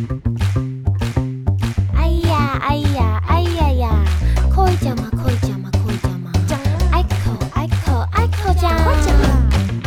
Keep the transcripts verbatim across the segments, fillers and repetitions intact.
哎呀哎呀哎呀呀，可以讲吗？可以讲吗？可以讲吗？讲啊！爱口爱口爱口讲，快讲啊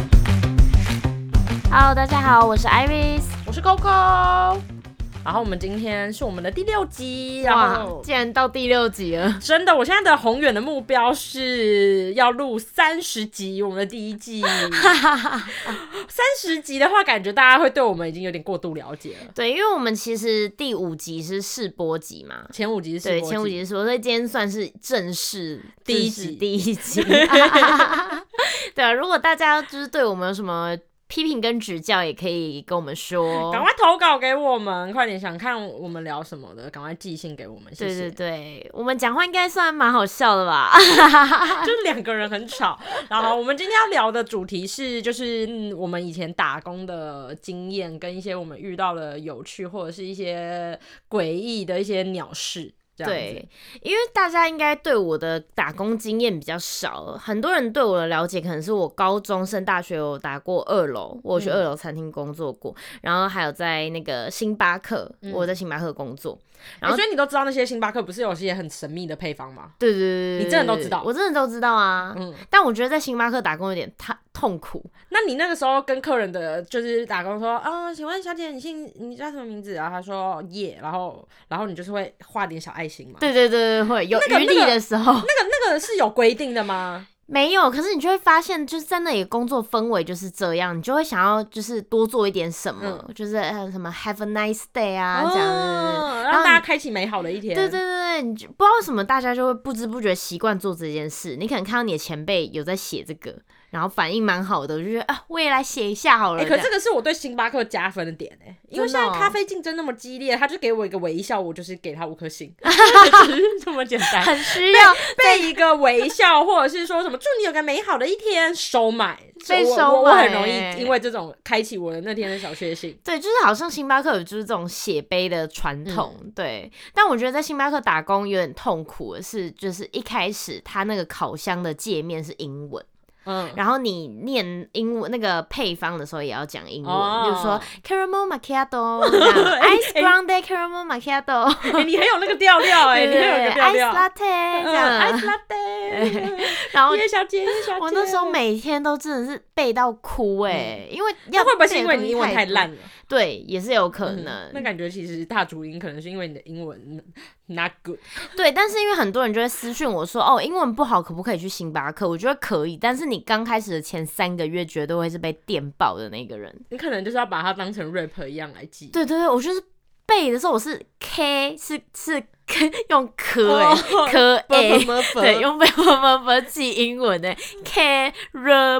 ！Hello， 大家好，我是 Iris， 我是 Coco。然后我们今天是我们的第六集，然后竟然到第六集了！ 真的，我现在的宏远的目标是要录三十集，我们的第一季。三十集的话，感觉大家会对我们已经有点过度了解了。 对，因为我们其实第五集是试播集嘛， 前五集是试播集， 对，前五集是试播，所以今天算是正式第一集， 第一集。对啊，如果大家就是对我们有什么批评跟指教也可以跟我们说， 赶快投稿给我们，快点想看我们聊什么的，赶快寄信给我们，谢谢。 对对对，我们讲话应该算蛮好笑的吧？ 就是两个人很吵。然后我们今天要聊的主题是，就是、嗯、我们以前打工的经验，跟一些我们遇到的有趣或者是一些诡异的一些鸟事。 对，因为大家应该对我的打工经验比较少，很多人对我的了解可能是我高中升大学有打过二楼，我有去二楼餐厅工作过、嗯，然后还有在那个星巴克，嗯、我在星巴克工作。然后、 欸、所以你都知道那些星巴克不是有些很神秘的配方吗？ 对对对， 你真的都知道， 我真的都知道啊。嗯，但我觉得在星巴克打工有点太痛苦。 那你那个时候跟客人的就是打工说，啊、请问小姐你姓你叫什么名字？然后他说耶，然后然后你就是会画点小爱心嘛？ 对对对对，会有余力的时候。那个、那个、那个是有规定的吗？ 没有，可是你就会发现，就是在那里工作氛围就是这样，你就会想要就是多做一点什么，嗯、就是什么 have a nice day 啊、哦、这样子， 让大家开启美好的一天。 对对对，你就不知道为什么大家就会不知不觉习惯做这件事。你可能看到你的前辈有在写这个，然后反应蛮好的，我就觉得啊，我也来写一下好了。 欸、可这个是我对星巴克加分的点哎、欸，因为现在咖啡竞争那么激烈，他就给我一个微笑，我就是给他五颗星，就是这么简单。 很需要被一个微笑，或者是说什么祝你有个美好的一天，收买， 被收买、欸我， 我很容易因为这种开启我的那天的小确幸。 对，就是好像星巴克有就是这种写杯的传统、嗯，对。但我觉得在星巴克打工有点痛苦的是，就是一开始他那个烤箱的界面是英文。嗯，然后你念英文那个配方的时候也要讲英文，哦、比如说 caramel macchiato 这样，ice grande caramel macchiato， 欸、你很有那个调调哎，你很有那个调调 ，ice latte 这样、 嗯、ice latte， 然后叶小姐，叶小姐， 我那时候每天都真的是背到哭哎、欸嗯，因为要会不会是因为你英文太烂了？ 对，也是有可能。 嗯、那感觉其实大主因可能是因为你的英文 not good。 对，但是因为很多人就会私讯我说，哦，英文不好，可不可以去星巴克？我觉得可以，但是你刚开始的前三个月绝对会是被电爆的那个人。 你可能就是要把它当成 rap 一样来记。 对对对，我就是背的时候我是 K 是是用科哎、欸，科 A， 对，用背么么么记英文哎、欸、，K R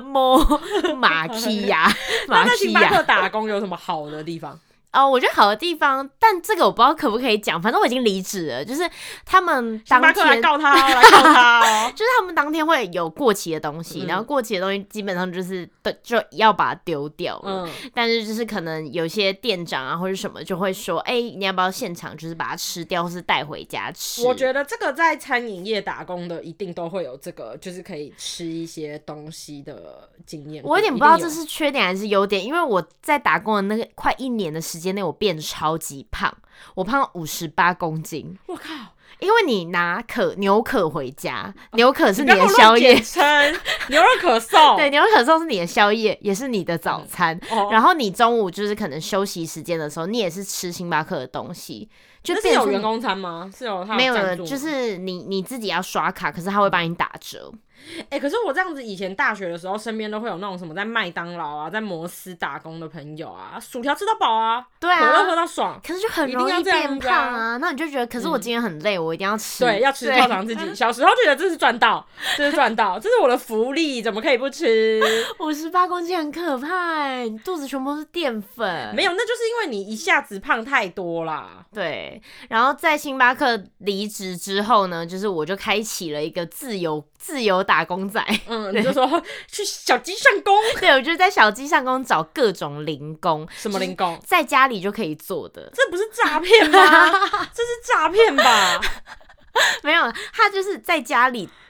M 马基亚， 那在星巴克打工有什么好的地方？ 哦，我觉得好的地方，但这个我不知道可不可以讲，反正我已经离职了。就是他们当天星巴克来告他哦，来告他哦。 就是他们当天会有过期的东西，嗯、然后过期的东西基本上就是就要把它丢掉了。嗯、但是就是可能有些店长啊或者什么就会说，哎、欸，你要不要现场就是把它吃掉，或是带回家吃？ 我觉得这个在餐饮业打工的一定都会有这个，就是可以吃一些东西的经验。 我有点不知道这是缺点还是优点，因为我在打工的那个快一年的时间内，我变得超级胖，我胖五十八公斤。 我靠！ 因为你拿可牛可回家，牛可是你的宵夜， 牛肉可颂， 对，牛肉可颂是你的宵夜，也是你的早餐。嗯哦、然后你中午就是可能休息时间的时候，你也是吃星巴克的东西。就那是有员工餐吗？是有他有没有的，就是你你自己要刷卡，可是他会帮你打折。 哎、欸，可是我这样子以前大学的时候，身边都会有那种什么在麦当劳啊、在摩斯打工的朋友啊，薯条吃到饱啊， 对啊， 可乐喝到爽， 可是就很容易变胖啊。那你就觉得，可是我今天很累，嗯、我一定要吃， 对，要吃犒赏自己。小时候觉得这是赚到，这是赚到，这是我的福利，怎么可以不吃？ 五十八公斤很可怕，你肚子全部都是淀粉。 没有，那就是因为你一下子胖太多啦。 对，然后在星巴克离职之后呢，就是我就开启了一个自由自由打工仔。 嗯，你就说去小鸡上工。 对，我就在小鸡上工找各种零工。 什么零工？ 在家里就可以做的。 这不是诈骗吗？这是诈骗吧？ 没有，他就是在家里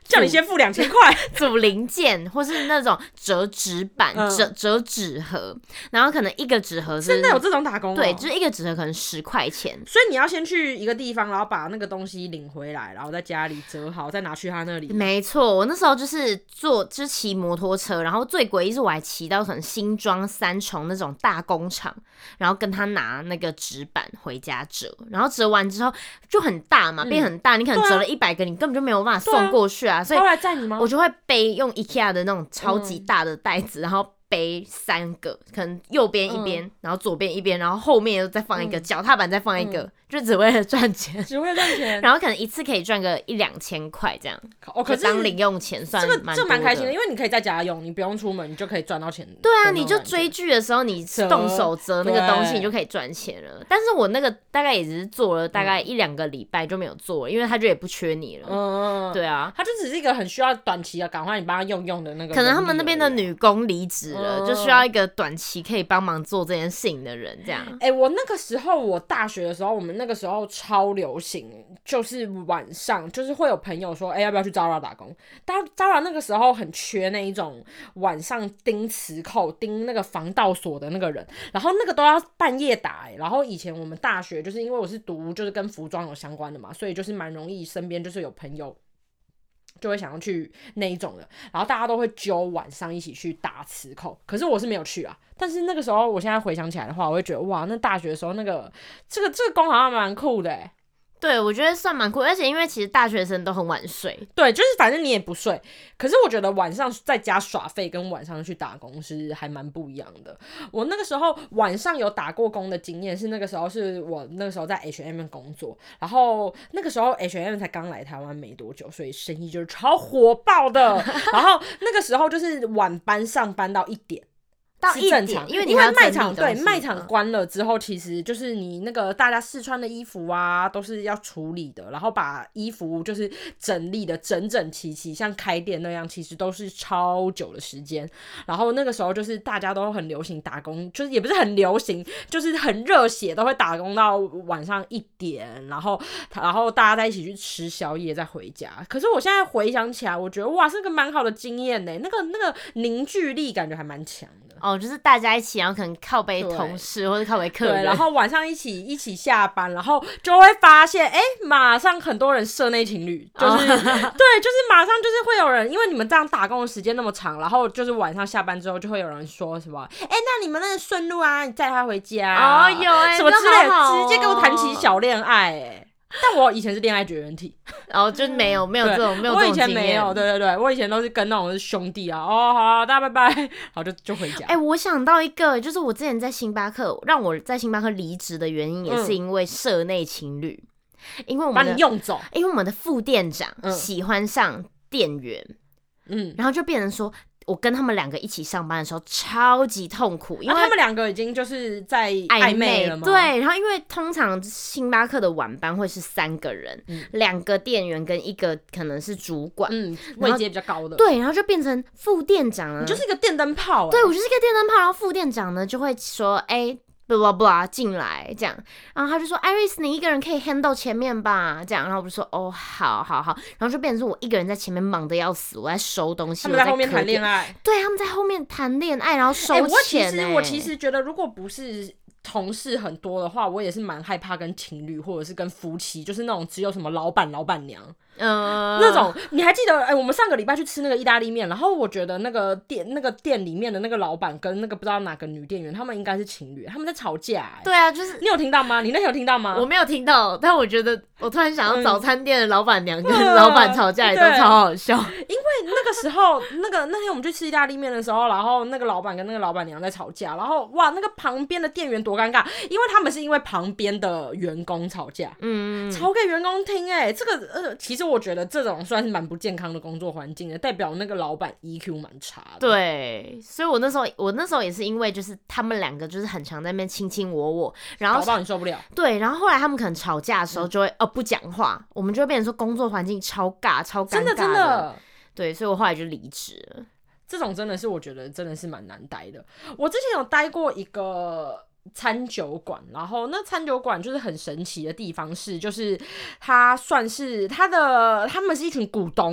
叫你先付两千块组零件，或是那种折纸板、嗯、折折纸盒，然后可能一个纸盒是真的有这种打工、哦？ 对，就是一个纸盒可能十块钱， 所以你要先去一个地方，然后把那个东西领回来，然后在家里折好，再拿去他那里。 没错，我那时候就是坐，就是骑摩托车，然后最诡异是我还骑到可能新庄三重那种大工厂，然后跟他拿那个纸板回家折，然后折完之后就很大嘛，嗯、变很大，你可能折了一百个，你根本就没有办法送过去啊。所以后来载你吗？ 我就会背用 IKEA 的那种超级大的袋子，嗯、然后背三个，可能右边一边、嗯，然后左边一边，然后后面又再放一个，脚、嗯、踏板再放一个，嗯、就只为了赚钱， 只为了赚钱。 然后可能一次可以赚个一两千块这样，哦，可是当零用钱算蛮多的。 这个这蛮开心的，因为你可以在家用，你不用出门，你就可以赚到钱。 对啊，你就追剧的时候，你动手折那个东西，你就可以赚钱了。但是我那个大概也只是做了大概一两个礼拜就没有做了，因为他就也不缺你了。嗯，对啊， 他就只是一个很需要短期的，赶快你帮他用用的那个。 可能他们那边的女工离职了，嗯、就需要一个短期可以帮忙做这件事情的人，这样。 哎、欸，我那个时候，我大学的时候，我们那个时候超流行，就是晚上就是会有朋友说，哎、欸，要不要去 Zara 打工？但 Zara 那个时候很缺那一种晚上钉磁扣、钉那个防盗锁的那个人，然后那个都要半夜打、欸。然后以前我们大学就是因为我是读就是跟服装有相关的嘛，所以就是蛮容易身边就是有朋友。就会想要去那一种的，然后大家都会揪晚上一起去打磁扣，可是我是没有去啊。但是那个时候，我现在回想起来的话，我会觉得哇，那大学的时候那个这个这个工好像蛮酷的哎。 对，我觉得算蛮酷，而且因为其实大学生都很晚睡， 对，就是反正你也不睡。可是我觉得晚上在家耍废跟晚上去打工是还蛮不一样的。我那个时候晚上有打过工的经验，是那个时候是我那个时候在 H and M 工作，然后那个时候 H and M 才刚来台湾没多久，所以生意就是超火爆的。然后那个时候就是晚班上班到一点。 到一点，因为你还要卖场对卖场关了之后，其实就是你那个大家试穿的衣服啊，都是要处理的，然后把衣服就是整理的整整齐齐，像开店那样，其实都是超久的时间。然后那个时候就是大家都很流行打工，就是也不是很流行，就是很热血，都会打工到晚上一点，然后然后大家在一起去吃宵夜再回家。可是我现在回想起来，我觉得哇，是个蛮好的经验呢，那个那个凝聚力感觉还蛮强的。 哦，就是大家一起，然后可能靠背同事或者靠背客人， 对，然后晚上一起一起下班，然后就会发现，哎，马上很多人社内情侣，就是、哦、对，就是马上就是会有人，因为你们这样打工的时间那么长，然后就是晚上下班之后就会有人说什么，哎，那你们那个顺路啊，你载他回家， 哦，有哎、欸， 什么之类的， 直接给我谈起小恋爱、欸，哎。但我以前是恋爱绝缘体， 然后、哦、就没有没有这种没有这种经验。 我以前没有，对对对，我以前都是跟那种是兄弟啊，哦好啊，大家拜拜，好就就回家。 哎、欸，我想到一个，就是我之前在星巴克，让我在星巴克离职的原因，也是因为社内情侣、嗯，因为我们把你用走， 因为我们的副店长喜欢上店员，嗯，然后就变成说。我跟他们两个一起上班的时候超级痛苦，因为、 啊、他们两个已经就是在暧昧了吗？ 对，然后因为通常星巴克的晚班会是三个人，两、嗯、个店员跟一个可能是主管， 嗯，位阶比较高的， 对，然后就变成副店长了， 你就是一个电灯泡、欸， 对我就是一个电灯泡，然后副店长呢就会说，哎、欸。blah blah blah 进来这样，然后他就说 Iris 你一个人可以 handle 前面吧，这样，然后我就说哦好好好，然后就变成是我一个人在前面忙得要死，我在收东西， 他们在后面谈恋爱， 对，他们在后面谈恋爱，然后收钱、欸。 欸、我其实我其实觉得，如果不是同事很多的话，我也是蛮害怕跟情侣或者是跟夫妻，就是那种只有什么老板老板娘。嗯，那种你还记得？哎、欸，我们上个礼拜去吃那个意大利面，然后我觉得那个店那个店里面的那个老板跟那个不知道哪个女店员，他们应该是情侣，他们在吵架、欸。 对啊，就是你有听到吗？你那天有听到吗？ 我没有听到，但我觉得我突然想到早餐店的老板娘跟老板吵架也都超好笑。 因为那个时候，那个那天我们去吃意大利面的时候，然后那个老板跟那个老板娘在吵架，然后哇，那个旁边的店员多尴尬，因为他们是因为旁边的员工吵架，嗯，吵给员工听、欸，哎，这个呃，其实我觉得这种。算是蛮不健康的工作环境的，代表那个老板 E Q 蛮差的。 对，所以我那时候我那时候也是因为就是他们两个就是很常在那边卿卿我我，然后搞到你受不了。 对，然后后来他们可能吵架的时候就会、嗯、哦不讲话，我们就会变成说工作环境超尬超尴尬的。真的真的。对，所以我后来就离职了。 这种真的是我觉得真的是蛮难待的。我之前有待过一个。餐酒馆，然后那餐酒馆就是很神奇的地方是，就是它算是它的他们是一群股东，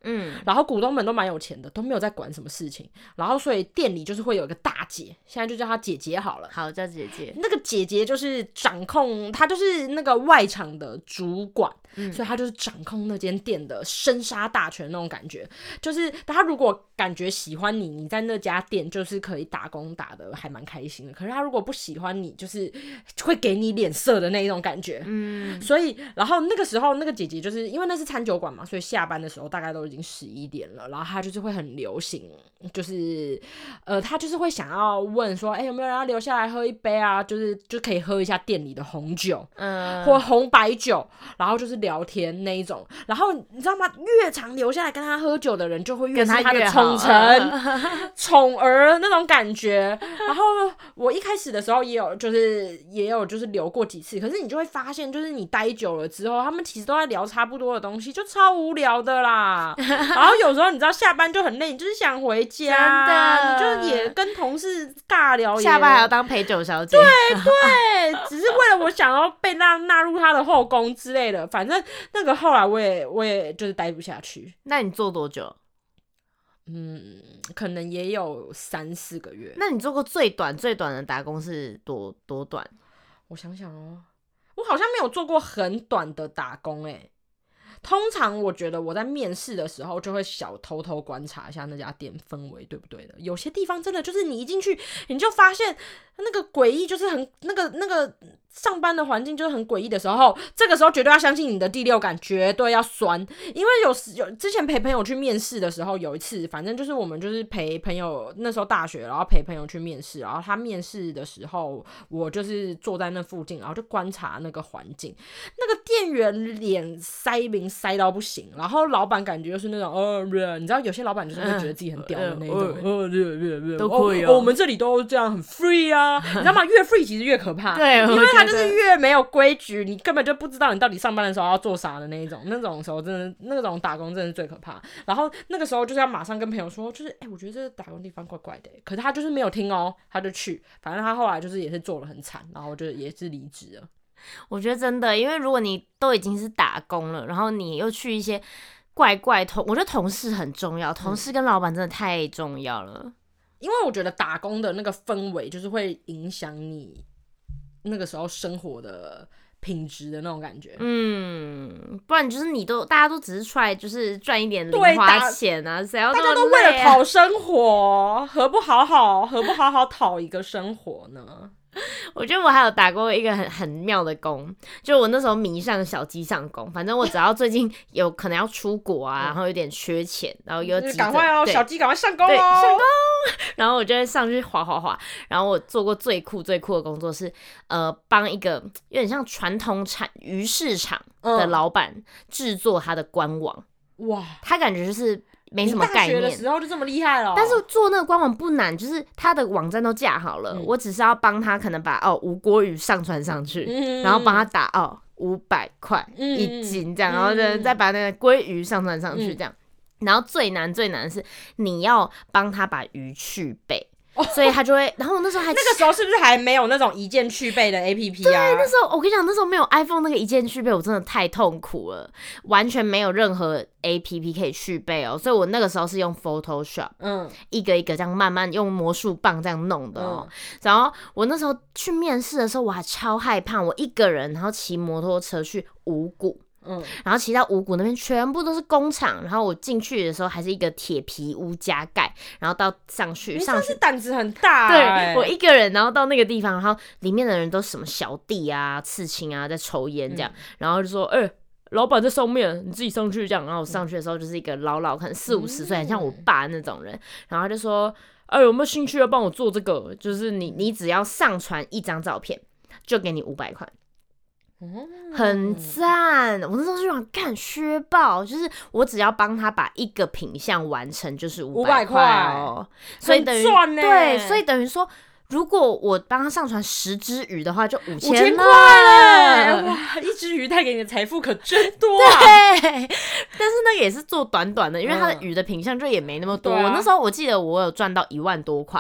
嗯，然后股东们都蛮有钱的，都没有在管什么事情，然后所以店里就是会有一个大姐，现在就叫她姐姐好了。 好，叫姐姐。 那个姐姐就是掌控，她就是那个外场的主管，嗯、所以她就是掌控那间店的生杀大权那种感觉。就是她如果感觉喜欢你，你在那家店就是可以打工打得还蛮开心的。可是她如果不喜欢你，就是会给你脸色的那一种感觉。嗯，所以然后那个时候那个姐姐就是因为那是餐酒馆嘛，所以下班的时候大概都已经十一点了，然后她就是会很流行，就是呃，她就是会想要问说，哎、欸，有没有人要留下来喝一杯啊？就是就可以喝一下店里的红酒，嗯，或宠白酒，然后就是聊天那一种。然后你知道吗？越常留下来跟他喝酒的人，就会越是他的宠臣、宠儿那种感觉。然后我一开始的时候也有，就是也有就是留过几次，可是你就会发现，就是你待久了之后，他们其实都在聊差不多的东西，就超无聊的啦。然后有时候你知道下班就很累，你就是想回家，真的，你就也跟同事尬聊， 下班还要当陪酒小姐。 对对，只是为了我想要被纳纳入他的后宫之类的。反正那个后来我也我也就是待不下去。 那你做多久？ 嗯，可能也有三四个月。 那你做过最短最短的打工是多多短？ 我想想哦，我好像没有做过很短的打工诶、欸。通常我觉得我在面试的时候就会小偷偷观察一下那家店氛围对不对的。有些地方真的就是你一进去你就发现那个诡异，就是很那个那个上班的环境就是很诡异的时候，这个时候绝对要相信你的第六感，绝对要酸。因为有有之前陪朋友去面试的时候，有一次反正就是我们就是陪朋友，那时候大学，然后陪朋友去面试，然后他面试的时候我就是坐在那附近，然后就观察那个环境。那个店员脸塞明塞到不行，然后老板感觉就是那种呃，你知道有些老板就是会觉得自己很屌的那种，呃都可以哦，我们这里都这样很 free 啊，你知道吗？越 free 其实越可怕， 对， 因为他就是越没有规矩，你根本就不知道你到底上班的时候要做啥的那一种，那种时候真的，那种打工真的是最可怕。然后那个时候就是要马上跟朋友说，就是哎、欸，我觉得这个打工地方怪怪的、欸，可是他就是没有听哦，他就去，反正他后来就是也是做得很惨，然后就也是离职了。 我觉得真的，因为如果你都已经是打工了，然后你又去一些怪怪同，我觉得同事很重要，同事跟老板真的太重要了。嗯， 因为我觉得打工的那个氛围就是会影响你那个时候生活的品质的那种感觉。 嗯，不然就是你都大家都只是出来就是赚一点零花钱啊，谁要、啊、 大家都为了讨生活，何不好好何不好好讨一个生活呢？ 我觉得我还有打过一个很很妙的工，就我那时候迷上小鸡上工，反正我只要最近有可能要出国啊，然后有点缺钱，然后有几赶快哦，小鸡赶快上工哦， 对，上工，然后我就会上去滑滑滑。然后我做过最酷最酷的工作是，呃，帮一个有点像传统产鱼市场的老板制作他的官网。哇，他感觉就是没什么概念， 大学的时候就这么厉害了、哦。 但是做那个官网不难，就是他的网站都架好了，嗯、我只是要帮他可能把哦无锅鱼上传上去，嗯、然后帮他打哦五百块一斤这样，嗯、然后再再把那个鲑鱼上传上去这样。嗯、然后最难最难的是你要帮他把鱼去背。所以他就会，然后我那时候还那个时候是不是还没有那种一键去背的 A P P 啊？ 对，那时候我跟你讲，那时候没有 iPhone 那个一键去背，我真的太痛苦了，完全没有任何 A P P 可以去背哦。所以我那个时候是用 Photoshop， 嗯，一个一个这样慢慢用魔术棒这样弄的哦。嗯、然后我那时候去面试的时候，我还超害怕，我一个人，然后骑摩托车去五股。嗯，然后骑到五股那边全部都是工厂，然后我进去的时候还是一个铁皮屋加盖，然后到上去上去， 你真是胆子很大、 欸。对，我一个人，然后到那个地方，然后里面的人都什么小弟啊、刺青啊，在抽烟这样，嗯、然后就说，哎、欸，老板在上面，你自己上去这样。然后我上去的时候就是一个老老可能四五十岁，很像我爸那种人，然后他就说，哎、欸，有没有兴趣要帮我做这个？就是你你只要上传一张照片，就给你五百块。很赞！我那时候就想干削爆，就是我只要帮他把一个品项完成，就是五百块哦，所以等于对，所以等于说，如果我帮他上传十只鱼的话，就五千块了。哇，一只鱼带给你的财富可真多啊！ 对，但是那个也是做短短的，因为它的鱼的品项就也没那么多。嗯啊、我那时候我记得我有赚到一万多块。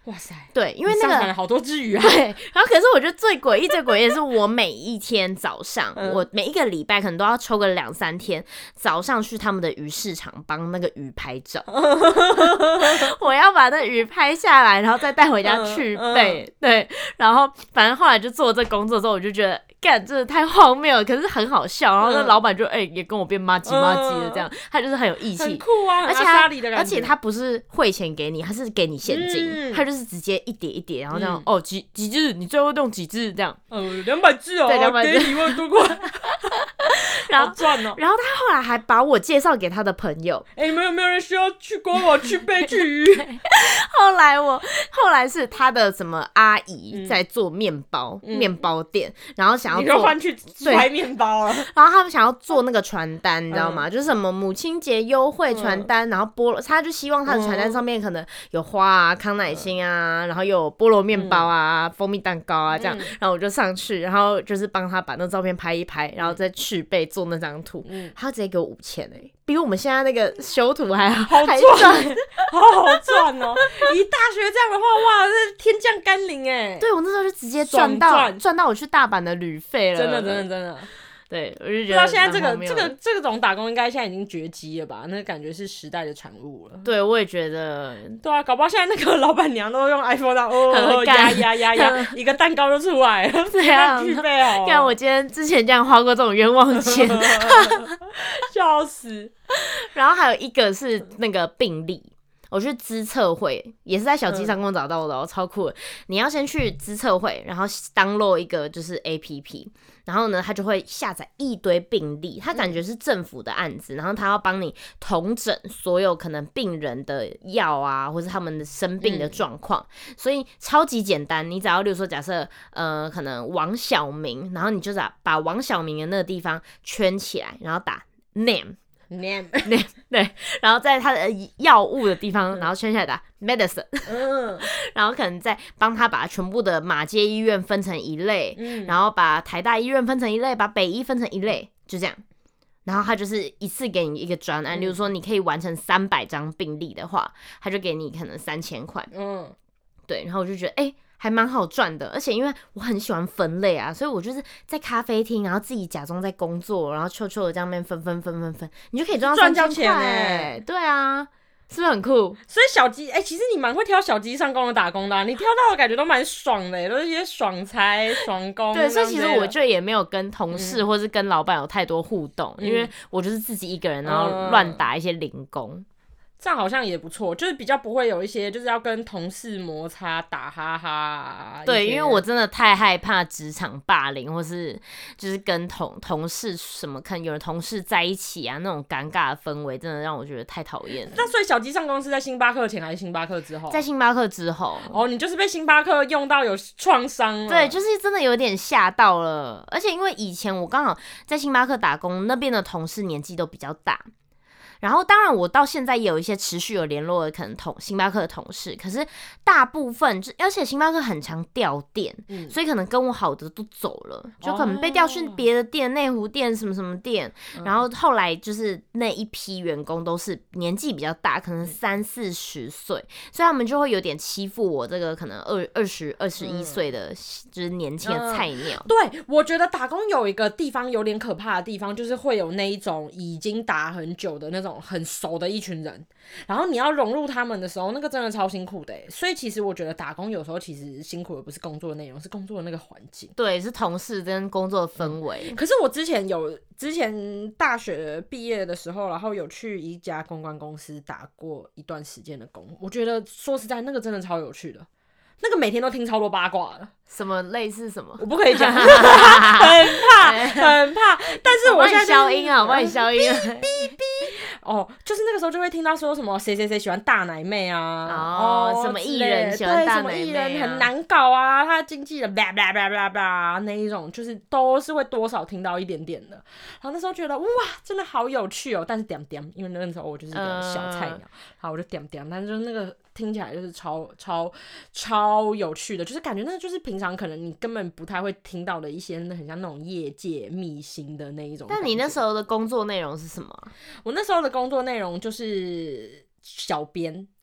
哇塞， 对，因为那个上了好多只鱼啊。 对，然后可是我觉得最诡异、最诡异的是，我每一天早上，嗯、我每一个礼拜可能都要抽个两三天，早上去他们的鱼市场帮那个鱼拍照，我要把那鱼拍下来，然后再带回家去背。嗯嗯、对，然后反正后来就做这工作之后，我就觉得干真的太荒谬了，可是很好笑。然后那老板就哎、欸、也跟我变麻吉麻吉的这样，他就是很有义气， 很酷啊， 而且他而且他不是汇钱给你，他是给你现金，嗯、他就是直接一叠一叠，然后这样、嗯、哦几几只，你最后用几只这样？ 呃，两百只哦， 对，两百只， 给你一万多块，然后赚哦。 然后他后来还把我介绍给他的朋友， 哎、欸，你们有没有人需要去官网去背去鱼？ 后来我后来是他的什么阿姨在做面包，嗯、面包店，然后想要做换去拍面包了， 然后他们想要做那个传单，你知道吗？嗯、就是什么母亲节优惠传单，嗯、然后菠萝，他就希望他的传单上面可能有花啊、康乃馨啊，嗯、然后有菠萝面包啊、嗯、蜂蜜蛋糕啊这样，嗯、然后我就上去，然后就是帮他把那照片拍一拍，然后再去背做那张图，嗯、他直接给我五千哎，比我们现在那个修图还好赚，好好赚哦！以大学这样的话，哇，这天降甘霖哎！ 对，我那时候就直接赚到赚到我去大阪的旅费了， 真的真的真的。 对，我就觉得不知道现在这个这个这种打工应该现在已经绝迹了吧？那感觉是时代的产物了。 对，我也觉得。 对啊，搞不好现在那个老板娘都用 iPhone 到哦压压压压，一个蛋糕就出来了，这样具备哦。 看我今天之前这样花过这种冤枉钱， 笑死。 然后还有一个是那个病历。我去资策会，也是在小鸡上工找到的、哦，嗯、超酷的。你要先去资策会，然后 download 一个就是 A P P， 然后呢，它就会下载一堆病历，它感觉是政府的案子，然后它要帮你统整所有可能病人的药啊，或是他们的生病的状况，嗯、所以超级简单。你只要，例如说，假设呃，可能王小明，然后你就把把王小明的那个地方圈起来，然后打 name。 name name 对，然后在他的药物的地方，然后圈下来打 medicine， 嗯，然后可能再帮他把全部的马偕医院分成一类，嗯，然后把台大医院分成一类，把北医分成一类，就这样。然后他就是一次给你一个专案，嗯、例如说你可以完成三百张病历的话，他就给你可能三千块，嗯，对，然后我就觉得哎。欸还蛮好赚的，而且因为我很喜欢分类啊，所以我就是在咖啡厅，然后自己假装在工作，然后悄悄的这样面分分分分分，你就可以赚到三千块哎，对啊，是不是很酷？ 所以小鸡哎、欸，其实你蛮会挑小鸡上工的打工的、啊，你挑到的感觉都蛮爽的，都是一些爽差爽工。 对，所以其实我就也没有跟同事、嗯、或是跟老板有太多互动，嗯、因为我就是自己一个人，然后乱打一些零工。嗯这样好像也不错，就是比较不会有一些就是要跟同事摩擦打哈哈、啊。 对，因为我真的太害怕职场霸凌，或是就是跟同同事什么，看有人同事在一起啊，那种尴尬的氛围，真的让我觉得太讨厌了。 那所以小鸡上公司在星巴克前还是星巴克之后？ 在星巴克之后。 哦，你就是被星巴克用到有创伤了。 对，就是真的有点吓到了，而且因为以前我刚好在星巴克打工，那边的同事年纪都比较大。然后当然我到现在也有一些持续有联络的可能同星巴克的同事，可是大部分而且星巴克很常调店、嗯、所以可能跟我好的都走了，就可能被调去别的店，内湖店什么什么店、嗯、然后后来就是那一批员工都是年纪比较大，可能三四十岁，所以他们就会有点欺负我这个可能二二十二十一岁的就是年轻的菜鸟、嗯、 对，我觉得打工有一个地方有点可怕的地方，就是会有那一种已经打很久的那种很熟的一群人，然后你要融入他们的时候，那个真的超辛苦的耶。所以其实我觉得打工有时候其实辛苦的不是工作的内容，是工作的那个环境， 对，是同事跟工作的氛围、 嗯、可是我之前有之前大学毕业的时候，然后有去一家公关公司打过一段时间的工，我觉得说实在那个真的超有趣的，那个每天都听超多八卦的。 什么类似什么？ 我不可以讲，很怕，很怕。但是我现在、就是、 我帮你消音啊，我帮你消音、啊。 哔哔哔。哦，就是那个时候就会听到说什么谁谁谁喜欢大奶妹啊， 哦，哦什么艺人喜欢大奶妹、啊， 对，什么艺人很难搞啊，他的经纪人叭叭叭叭叭那一种，就是都是会多少听到一点点的。然后那时候觉得哇，真的好有趣哦，但是点点，因为那时候我就是一个小菜鸟，然后我就点点，但是就是那个。听起来就是超超超有趣的，就是感觉那就是平常可能你根本不太会听到的一些很像那种业界秘辛的那一种。 但你那时候的工作内容是什么？ 我那时候的工作内容就是小编，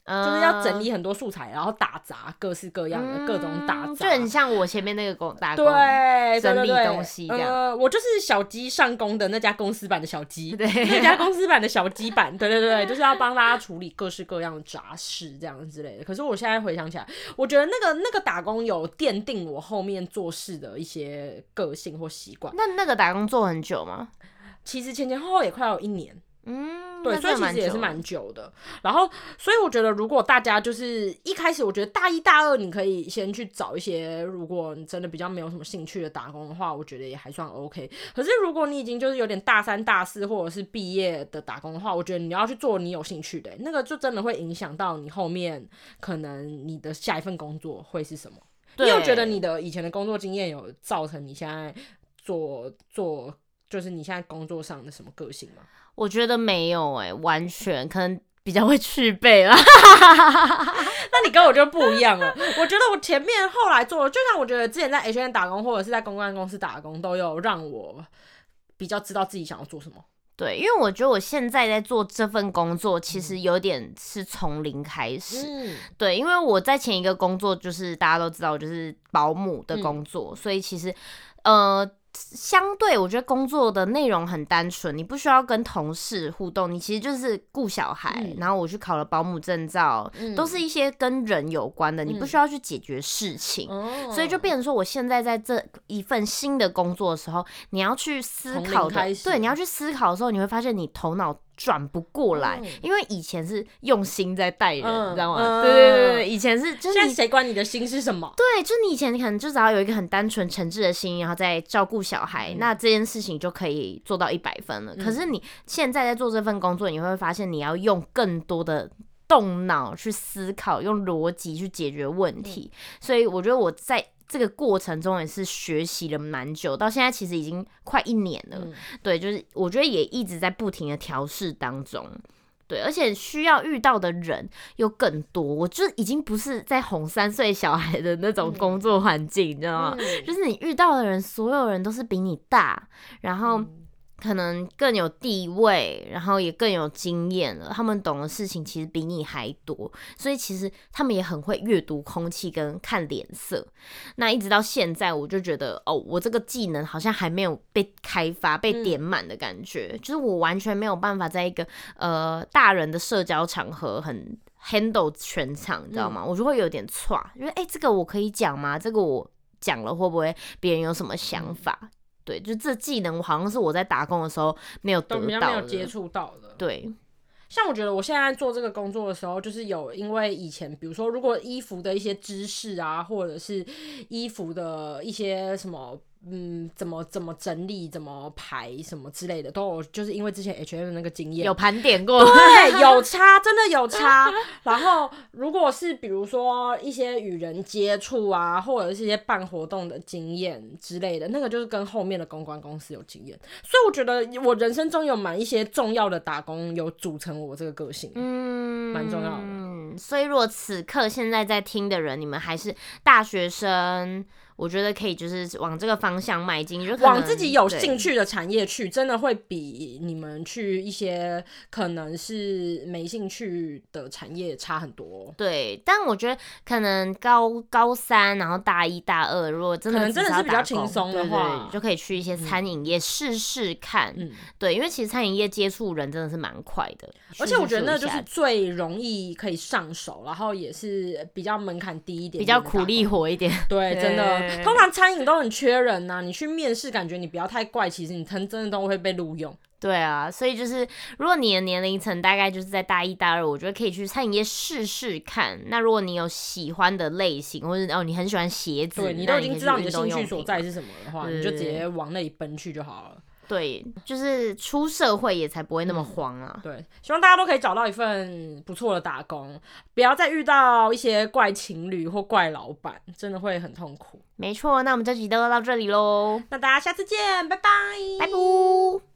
嗯、就是要整理很多素材，然后打杂，各式各样的、嗯、各种打杂， 就很像我前面那个工打工， 对， 整理东西这样。 呃，我就是小鸡上工的那家公司版的小鸡，对，那家公司版的小鸡版，对对对，就是要帮大家处理各式各样的杂事这样之类的。可是我现在回想起来，我觉得那个那个打工有奠定我后面做事的一些个性或习惯。 那那个打工做很久吗？ 其实前前后后也快要有一年。 嗯， 对，所以其实也是蛮久的。然后，所以我觉得，如果大家就是一开始，我觉得大一大二你可以先去找一些，如果你真的比较没有什么兴趣的打工的话，我觉得也还算 OK。可是如果你已经就是有点大三大四或者是毕业的打工的话，我觉得你要去做你有兴趣的，那个就真的会影响到你后面可能你的下一份工作会是什么。你有觉得你的以前的工作经验有造成你现在做做就是你现在工作上的什么个性吗？ 我觉得没有哎、欸，完全可能比较会去背啦。 那你跟我就不一样了。我觉得我前面后来做，就像我觉得之前在 H and M 打工或者是在公关公司打工，都有让我比较知道自己想要做什么。 对，因为我觉得我现在在做这份工作，其实有点是从零开始。嗯，对，因为我在前一个工作就是大家都知道，就是保姆的工作，嗯、所以其实呃。相对我觉得工作的内容很单纯，你不需要跟同事互动，你其实就是顾小孩、嗯、然后我去考了保姆证照、嗯、都是一些跟人有关的，你不需要去解决事情、嗯、所以就变成说我现在在这一份新的工作的时候，你要去思考的，对，你要去思考的时候，你会发现你头脑转不过来、嗯、因为以前是用心在带人、嗯、你知道吗、嗯、对对对对，以前是就是现在谁管你的心是什么， 对，就是你以前可能就只要有一个很单纯诚挚的心，然后再照顾小孩、嗯、那这件事情就可以做到一百分了、嗯、可是你现在在做这份工作，你会发现你要用更多的动脑去思考，用逻辑去解决问题、嗯、所以我觉得我在这个过程中也是学习了蛮久，到现在其实已经快一年了、嗯、对，就是我觉得也一直在不停的调试当中，对，而且需要遇到的人又更多，我就已经不是在哄三岁小孩的那种工作环境、嗯、你知道吗、嗯、就是你遇到的人所有人都是比你大，然后、嗯可能更有地位，然后也更有经验了，他们懂的事情其实比你还多，所以其实他们也很会阅读空气跟看脸色。那一直到现在我就觉得哦，我这个技能好像还没有被开发被点满的感觉、嗯、就是我完全没有办法在一个呃大人的社交场合很 handle 全场，你知道吗、嗯、我就会有点挫，就是哎、欸，这个我可以讲吗？这个我讲了会不会别人有什么想法、嗯，对，就这技能我好像是我在打工的时候没有得到的， 都没有接触到的。 对， 像我觉得我现在做这个工作的时候，就是有因为以前比如说如果衣服的一些知识啊，或者是衣服的一些什么嗯，怎么怎么整理，怎么排什么之类的，都有，就是因为之前 H and M 的那个经验有盘点过， 对，有差，真的有差。然后如果是比如说一些与人接触啊，或者是一些办活动的经验之类的，那个就是跟后面的公关公司有经验。所以我觉得我人生中有蛮一些重要的打工，有组成我这个个性，嗯，蛮重要的。 嗯，所以如果此刻现在在听的人，你们还是大学生，我觉得可以就是往这个方向迈进，就可能往自己有兴趣的产业去，真的会比你们去一些可能是没兴趣的产业差很多。 对，但我觉得可能高高三，然后大一大二，如果真的可能真的是比较轻松的话， 对对对，就可以去一些餐饮业试试看、嗯。对，因为其实餐饮业接触人真的是蛮快的， 而且我觉得那就是最容易可以上手，然后也是比较门槛低一点点， 比较苦力活一点。 对，真的。通常餐饮都很缺人呐、啊，你去面试，感觉你不要太怪，其实你真的都会被录用。 对啊，所以就是如果你的年龄层大概就是在大一大二，我觉得可以去餐饮业试试看。那如果你有喜欢的类型，或者哦你很喜欢鞋子， 对，你都已经知道你的兴趣所在是什么的话，你就直接往那里奔去就好了。 对，就是出社会也才不会那么慌啊、 嗯。对，希望大家都可以找到一份不错的打工，不要再遇到一些怪情侣或怪老板，真的会很痛苦。 没错，那我们这集都到这里咯， 那大家下次见，拜拜， 拜拜。